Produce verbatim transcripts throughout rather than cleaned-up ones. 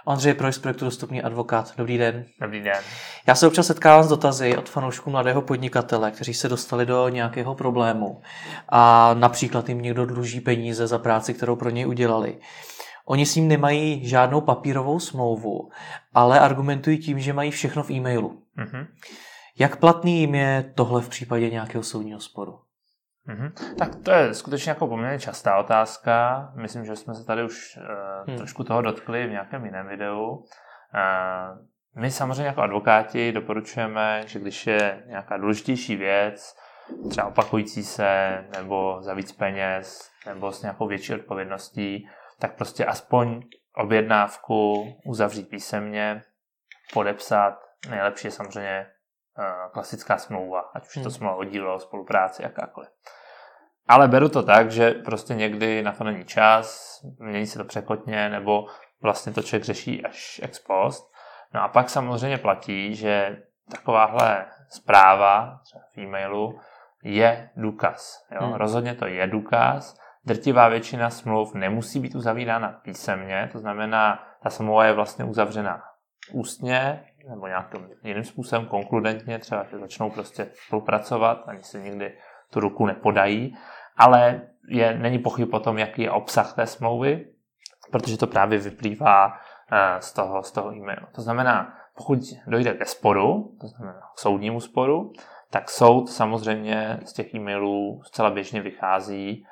Ondřej Projs z projektu Dostupný advokát. Dobrý den. Dobrý den. Já se občas setkávám s dotazy od fanoušků mladého podnikatele, kteří se dostali do nějakého problému a například jim někdo dluží peníze za práci, kterou pro něj udělali. Oni s ním nemají žádnou papírovou smlouvu, ale argumentují tím, že mají všechno v e-mailu. Mm-hmm. Jak platný jim je tohle v případě nějakého soudního sporu? Mm-hmm. Tak to je skutečně jako poměrně častá otázka. Myslím, že jsme se tady už uh, hmm. trošku toho dotkli v nějakém jiném videu. Uh, my samozřejmě jako advokáti doporučujeme, že když je nějaká důležitější věc, třeba opakující se, nebo za víc peněz, nebo s nějakou větší odpovědností, tak prostě aspoň objednávku uzavřít písemně, podepsat. Nejlepší je samozřejmě klasická smlouva, ať už je to smlouva o dílo, o spolupráci, jakákoliv. Ale beru to tak, že prostě někdy na to není čas, mění se to překotně, nebo vlastně to člověk řeší až ex post. No a pak samozřejmě platí, že takováhle zpráva, třeba v e-mailu, je důkaz. Jo? Hmm. Rozhodně to je důkaz. Drtivá většina smluv nemusí být uzavírána písemně, to znamená, ta smlouva je vlastně uzavřena ústně, nebo nějakým jiným způsobem, konkludentně, třeba že začnou prostě spolupracovat, ani se nikdy tu ruku nepodají, ale je, není pochyb o tom, jaký je obsah té smlouvy, protože to právě vyplývá z toho, z toho e-mailu. To znamená, pokud dojde ke sporu, to znamená k soudnímu sporu, tak soud samozřejmě z těch e-mailů zcela běžně vychází.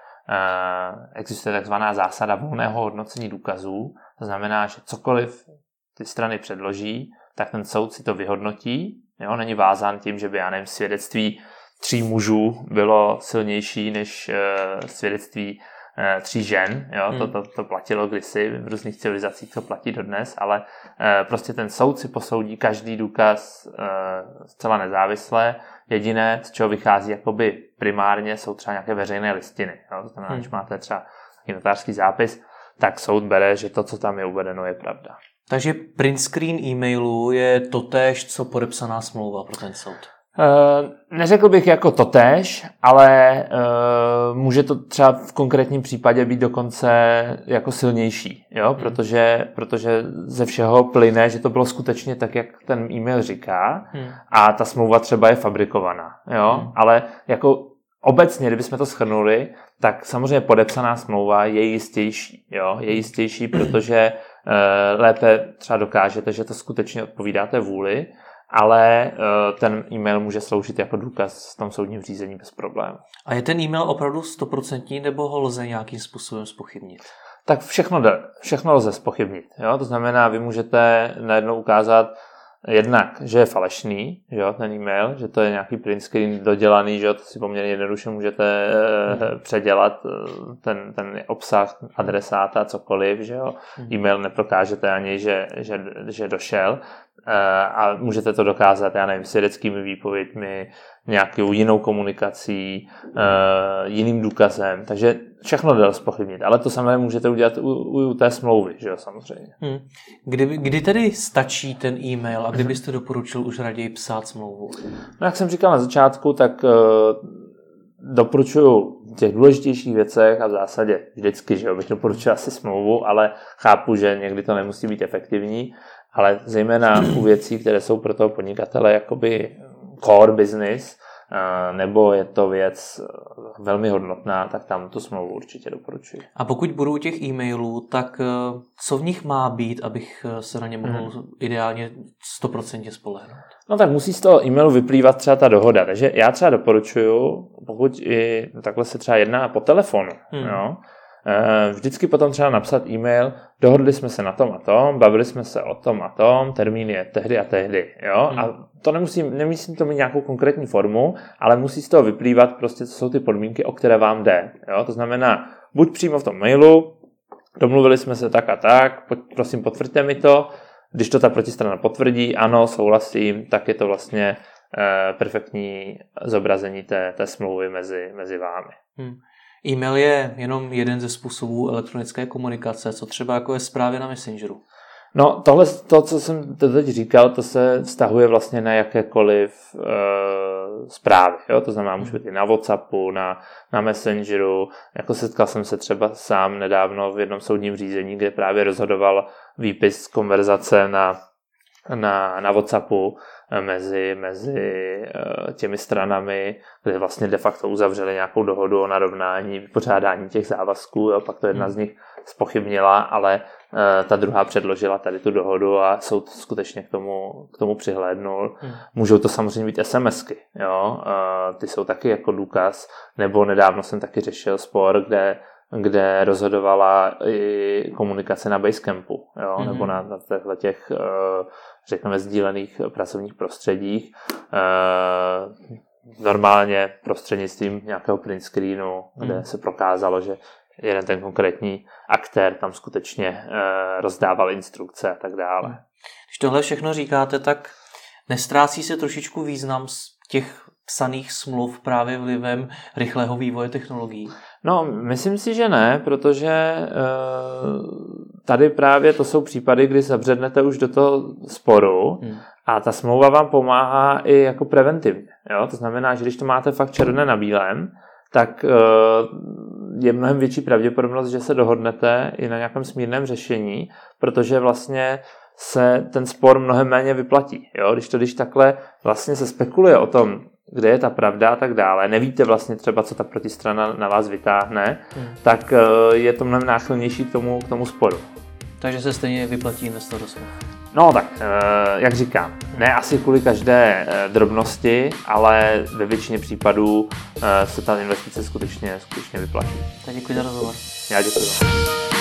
Existuje takzvaná zásada volného hodnocení důkazů, to znamená, že cokoliv ty strany předloží, tak ten soud si to vyhodnotí. Jo? Není vázán tím, že by, já nevím, svědectví tří mužů bylo silnější než uh, svědectví uh, tří žen. Jo? Hmm. To, to, to platilo kdysi, v různých civilizacích to platí dodnes, ale uh, prostě ten soud si posoudí každý důkaz uh, zcela nezávisle. Jediné, z čeho vychází jakoby primárně, jsou třeba nějaké veřejné listiny. Jo? To znamená, hmm. když máte třeba notářský zápis, tak soud bere, že to, co tam je uvedeno, je pravda. Takže print screen e-mailu je totéž, co podepsaná smlouva pro ten soud? Uh, neřekl bych jako totéž, ale uh, může to třeba v konkrétním případě být dokonce jako silnější, jo? Hmm. Protože, protože ze všeho plyne, že to bylo skutečně tak, jak ten e-mail říká hmm. a ta smlouva třeba je fabrikovaná, jo? Hmm. Ale jako obecně, kdybychom to shrnuli, tak samozřejmě podepsaná smlouva je jistější, jo? Je jistější, protože uh, lépe třeba dokážete, že to skutečně odpovídá té vůli, ale uh, ten e-mail může sloužit jako důkaz v tom soudním řízení bez problémů. A je ten e-mail opravdu stoprocentní, nebo ho lze nějakým způsobem zpochybnit? Tak všechno jde, všechno lze zpochybnit. Jo? To znamená, vy můžete najednou ukázat jednak, že je falešný, že jo, ten e-mail, že to je nějaký print screen dodělaný, že jo, to si poměrně jednoduše můžete hmm. předělat ten, ten obsah adresáta, cokoliv, že jo. Hmm. E-mail neprokážete ani, že, že, že došel a můžete to dokázat, já nevím, svědeckými výpověďmi, nějakou jinou komunikací, jiným důkazem, takže všechno jde zpochybnit, ale to samé můžete udělat u, u té smlouvy, že jo, samozřejmě. Hmm. Kdy, kdy tedy stačí ten e-mail a kdy byste doporučil už raději psát smlouvu? No, jak jsem říkal na začátku, tak uh, doporučuju v těch důležitějších věcech a v zásadě vždycky, že jo, bych doporučil asi smlouvu, ale chápu, že někdy to nemusí být efektivní, ale zejména u věcí, které jsou pro toho podnikatele jakoby core business, nebo je to věc velmi hodnotná, tak tam tu smlouvu určitě doporučuji. A pokud budou těch e-mailů, tak co v nich má být, abych se na ně mohl hmm. ideálně sto procent spolehnout? No tak musí z toho e-mailu vyplývat třeba ta dohoda. Takže já třeba doporučuju, pokud i takhle se třeba jedná po telefonu, hmm. jo, vždycky potom třeba napsat e-mail, dohodli jsme se na tom a tom, bavili jsme se o tom a tom, termín je tehdy a tehdy, jo, hmm. a to nemusí, nemusí to mít nějakou konkrétní formu, ale musí z toho vyplývat prostě, co jsou ty podmínky, o které vám jde, jo, to znamená, buď přímo v tom mailu, domluvili jsme se tak a tak, prosím potvrďte mi to, když to ta protistrana potvrdí, ano, souhlasím, tak je to vlastně eh, perfektní zobrazení té, té smlouvy mezi, mezi vámi. Hmm. E-mail je jenom jeden ze způsobů elektronické komunikace, co třeba jako je zprávy na Messengeru. No tohle, to, co jsem teď říkal, to se vztahuje vlastně na jakékoliv e, zprávy. Jo? To znamená, může být i na WhatsAppu, na, na Messengeru. Jako setkal jsem se třeba sám nedávno v jednom soudním řízení, kde právě rozhodoval výpis konverzace na, na, na WhatsAppu mezi, mezi těmi stranami, kde vlastně de facto uzavřeli nějakou dohodu o narovnání, vypořádání těch závazků. Jo? Pak to jedna hmm. z nich zpochybnila, ale ta druhá předložila tady tu dohodu a soud skutečně k tomu, k tomu přihlédnul. Hmm. Můžou to samozřejmě být SMSky, jo? Ty jsou taky jako důkaz, nebo nedávno jsem taky řešil spor, kde, kde rozhodovala i komunikace na Basecampu, jo? Hmm. nebo na, na těch, řekněme, sdílených pracovních prostředích. Normálně prostřednictvím nějakého print screenu, kde hmm. se prokázalo, že jeden ten konkrétní aktér tam skutečně e, rozdával instrukce a tak dále. Když tohle všechno říkáte, tak nestrácí se trošičku význam z těch psaných smluv právě vlivem rychlého vývoje technologií? No, myslím si, že ne, protože e, tady právě to jsou případy, kdy zabřednete už do toho sporu hmm. a ta smlouva vám pomáhá i jako preventivně. Jo? To znamená, že když to máte fakt černé na bílém, tak e, je mnohem větší pravděpodobnost, že se dohodnete i na nějakém smírném řešení, protože vlastně se ten spor mnohem méně vyplatí. Jo? Když to když takhle vlastně se spekuluje o tom, kde je ta pravda a tak dále, nevíte vlastně třeba, co ta protistrana na vás vytáhne, hmm. tak je to mnohem náchylnější k tomu, k tomu sporu. Takže se stejně vyplatí investovat do smluv. No tak, jak říkám, ne asi kvůli každé drobnosti, ale ve většině případů se ta investice skutečně, skutečně vyplatí. Tak děkuji za rozhovor. Já děkuji.